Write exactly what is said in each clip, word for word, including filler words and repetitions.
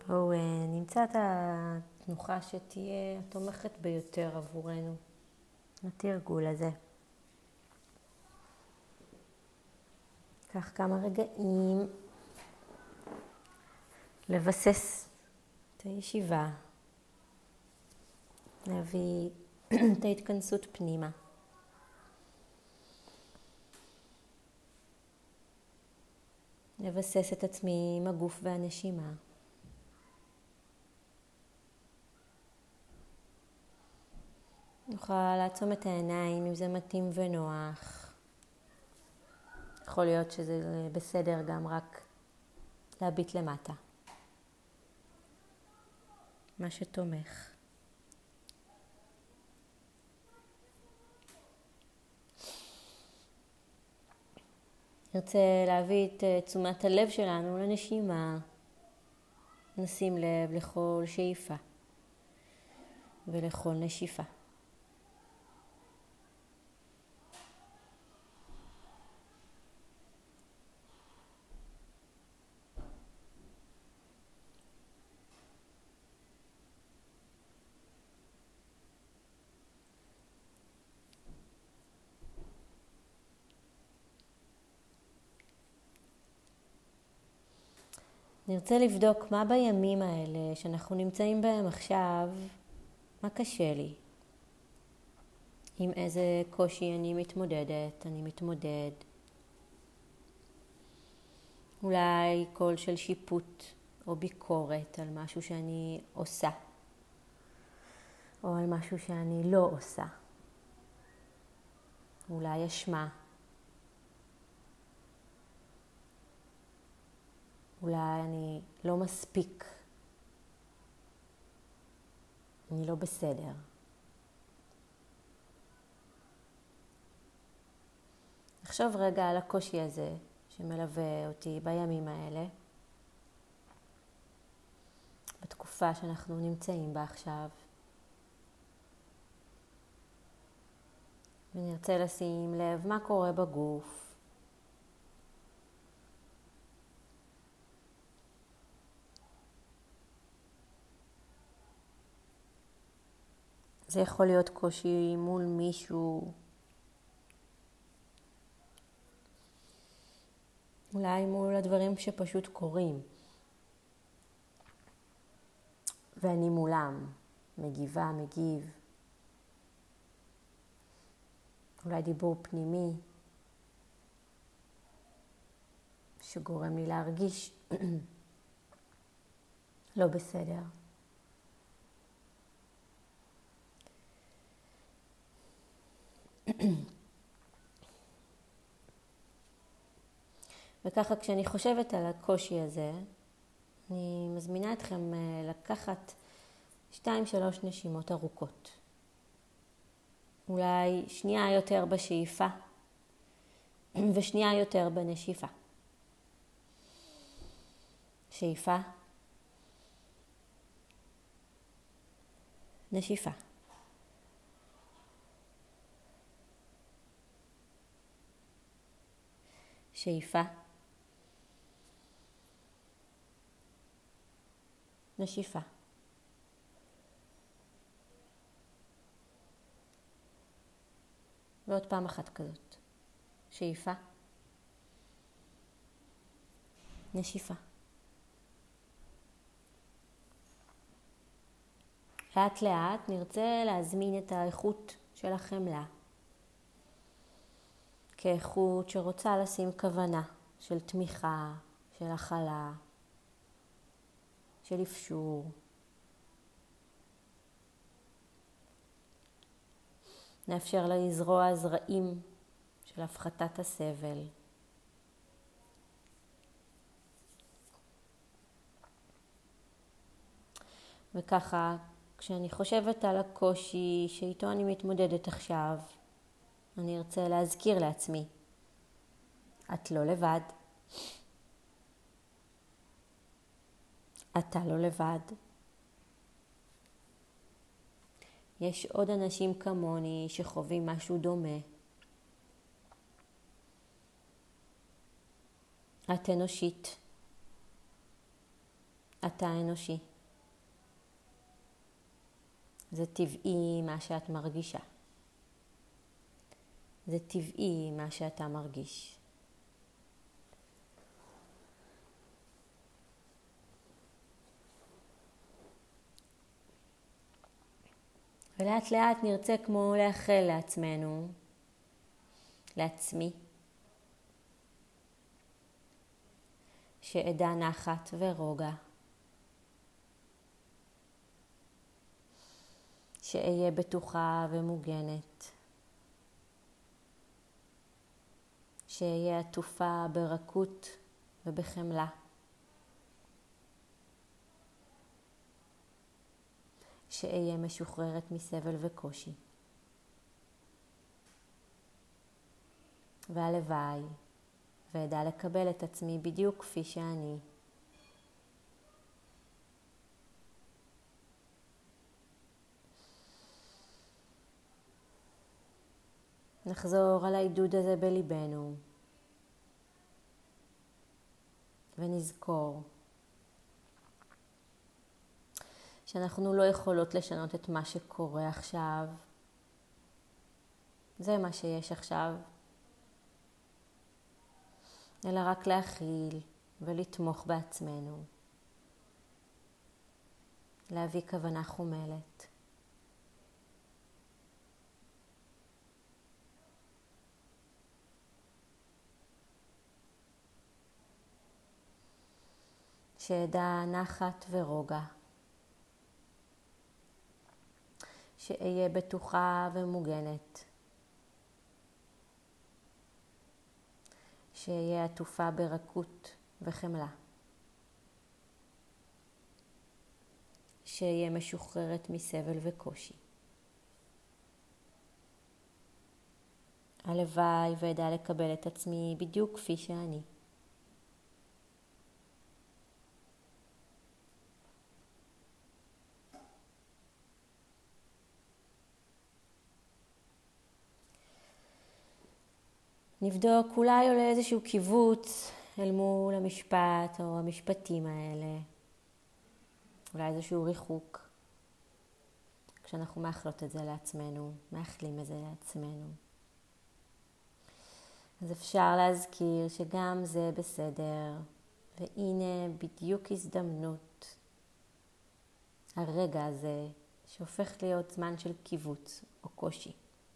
בואו נמצא את התנוחה שתהיה תומכת ביותר עבורנו, התרגול הזה. קח כמה רגעים לבסס את הישיבה, להביא את ההתכנסות פנימה. לבסס את עצמי עם הגוף והנשימה. נוכל לעצום את העיניים אם זה מתאים ונוח. יכול להיות שזה בסדר גם רק להביט למטה. מה שתומך. נרצה להביא את תשומת הלב שלנו לנשימה. נשים לב לכל שאיפה ולכל נשיפה. נרצה לבדוק מה בימים האלה שאנחנו נמצאים בהם עכשיו, מה קשה לי. עם איזה קושי אני מתמודדת, אני מתמודד. אולי קול של שיפוט או ביקורת על משהו שאני עושה. או על משהו שאני לא עושה. אולי אשמה. אולי אני לא מספיק. אני לא בסדר. נחשוב רגע על הקושי הזה שמלווה אותי בימים האלה. בתקופה שאנחנו נמצאים בה עכשיו. ונרצה לשים לב מה קורה בגוף. זה יכול להיות קושי מול מישהו. אולי מול הדברים שפשוט קורים. ואני מולם, מגיבה, מגיב. אולי דיבור פנימי שגורם לי להרגיש לא בסדר. וככה כשאני חושבת על הקושי הזה, אני מזמינה אתכם לקחת שתיים שלוש נשימות ארוכות. אולי שנייה יותר בשאיפה ושנייה יותר בנשיפה. שאיפה, נשיפה. שאיפה, נשיפה. ועוד פעם אחת כזאת. שאיפה, נשיפה. לאט לאט נרצה להזמין את האיכות של החמלה. כאיכות שרוצה לשים כוונה של תמיכה, של הכלה, של אפשור. נאפשר לה לזרוע זרעים של הפחתת הסבל. וככה, כשאני חושבת על הקושי שאיתו אני מתמודדת עכשיו, אני ארצה להזכיר לעצמי, את לא לבד. אתה לא לבד. יש עוד אנשים כמוני שחווים משהו דומה. את אנושית. אתה אנושי. זה טבעי מה שאת מרגישה. זה טבעי מה שאתה מרגיש. ולאט לאט נרצה כמו לאחל לעצמנו, לעצמי, שעדה נחת ורוגע, שאהיה בטוחה ומוגנת, שאהיה עטופה ברכות ובחמלה, שאהיה משוחררת מסבל וקושי. והלוואי ואדע לקבל את עצמי בדיוק כפי שאני. נחזור על העידוד הזה בליבנו ונזכור שאנחנו לא יכולות לשנות את מה שקורה עכשיו. זה מה שיש עכשיו. אלא רק להכיל ולתמוך בעצמנו. להביא כוונה חומלת. שאדע נחת ורוגע. שאהיה בטוחה ומוגנת. שאהיה עטופה ברכות וחמלה. שאהיה משוחררת מסבל וקושי. הלוואי ואדע לקבל את עצמי בדיוק כפי שאני. נבדוק, אולי עולה איזשהו קיבוץ אל מול המשפט או המשפטים האלה. אולי איזשהו ריחוק. כשאנחנו מאכלות את זה לעצמנו, מאכלים את זה לעצמנו. אז אפשר להזכיר שגם זה בסדר. והנה בדיוק הזדמנות. הרגע הזה שהופך להיות זמן של קיבוץ או קושי.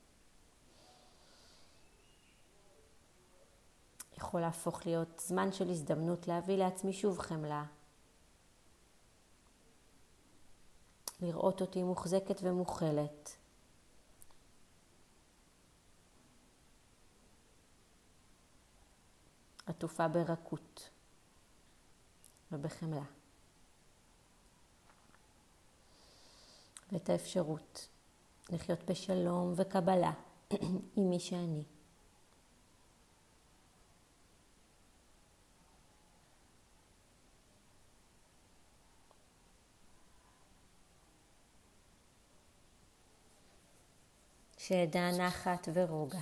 יכול להפוך להיות זמן של הזדמנות להביא לעצמי שוב חמלה. לראות אותי מוחזקת ומוכלת. עטופה ברכות ובחמלה. ואת האפשרות לחיות בשלום וקבלה עם מי שאני. שאדע נחת ורוגע.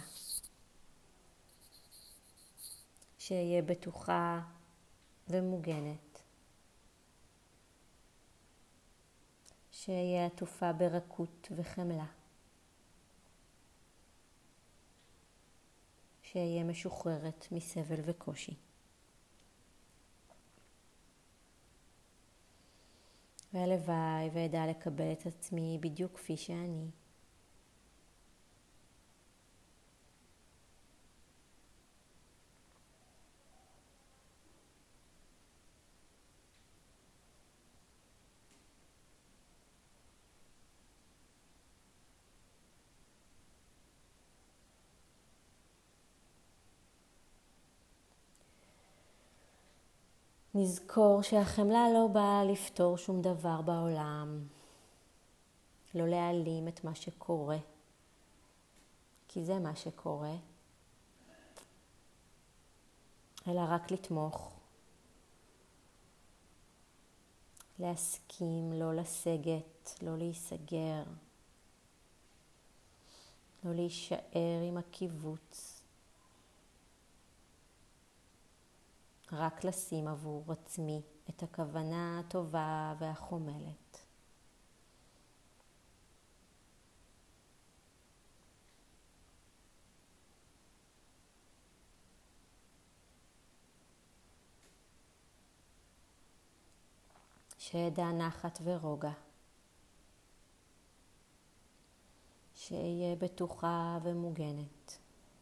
שאהיה בטוחה ומוגנת. שאהיה עטופה ברכות וחמלה. שאהיה משוחררת מסבל וקושי. והלוואי ואדע לקבל את עצמי בדיוק כפי שאני. נזכור שהחמלה לא באה לפתור שום דבר בעולם. לא להעלים את מה שקורה. כי זה מה שקורה. אלא רק לתמוך. להסכים, לא לסגת, לא להיסגר. לא להישאר עם הקיבוץ. רק לשים עבור עצמי את הכוונה הטובה והחומלת. שידע נחת ורוגע. שיהיה בטוחה ומוגנת.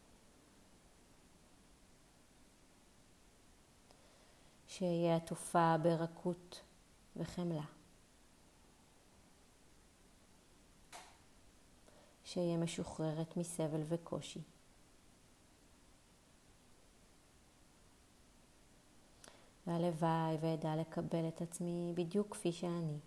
שיהיה עטופה ברכות וחמלה. שיהיה משוחררת מסבל וקושי. והלוואי וידע לקבל את עצמי בדיוק כפי שאני.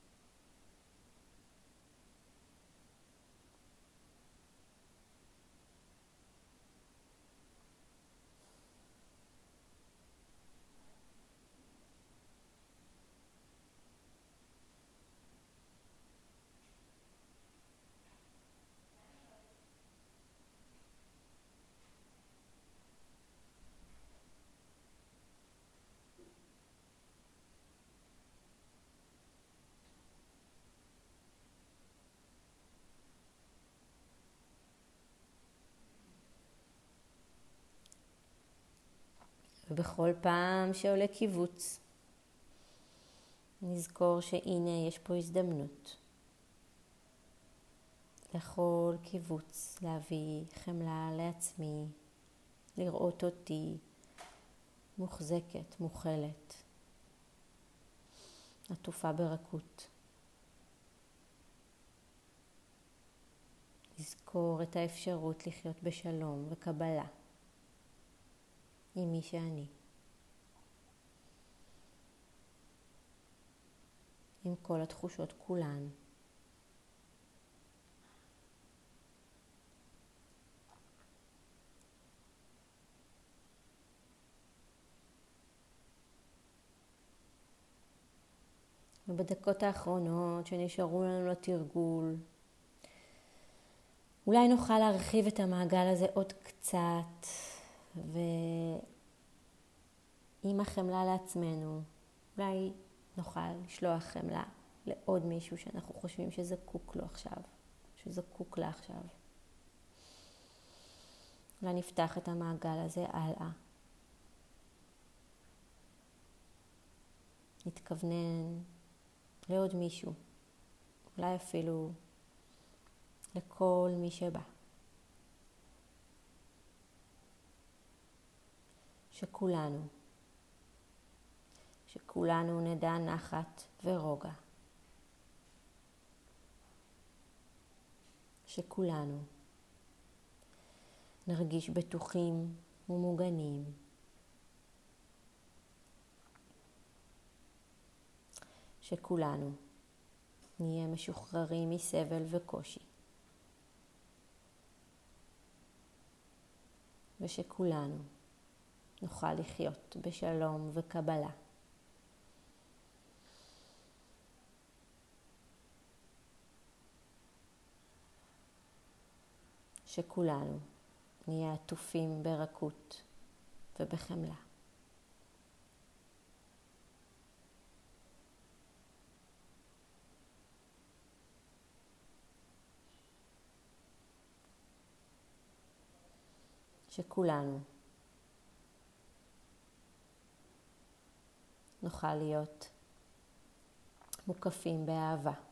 ובכל פעם שעולה קיבוץ, נזכור שהנה יש פה הזדמנות. לכל קיבוץ להביא חמלה לעצמי, לראות אותי מוחזקת, מוכלת, עטופה ברכות. לזכור את האפשרות לחיות בשלום וקבלה עם מי שאני. עם כל התחושות כולן. ובדקות האחרונות שנשארו לנו לתרגול, אולי נוכל להרחיב את המעגל הזה עוד קצת, ועם החמלה לעצמנו, אולי נוכל לשלוח חמלה לעוד מישהו שאנחנו חושבים שזקוק לו עכשיו, שזקוק לה עכשיו. אולי נפתח את המעגל הזה הלאה. נתכוונן לעוד מישהו, אולי אפילו לכל מי שבא. שכולנו, שכולנו נדע נחת ורוגע. שכולנו נרגיש בטוחים ומוגנים. שכולנו נהיה משוחררים מסבל וקושי. ושכולנו נוכל לחיות בשלום וקבלה. שכולנו נהיה עטופים ברכות ובחמלה. שכולנו נוכל להיות מוקפים באהבה.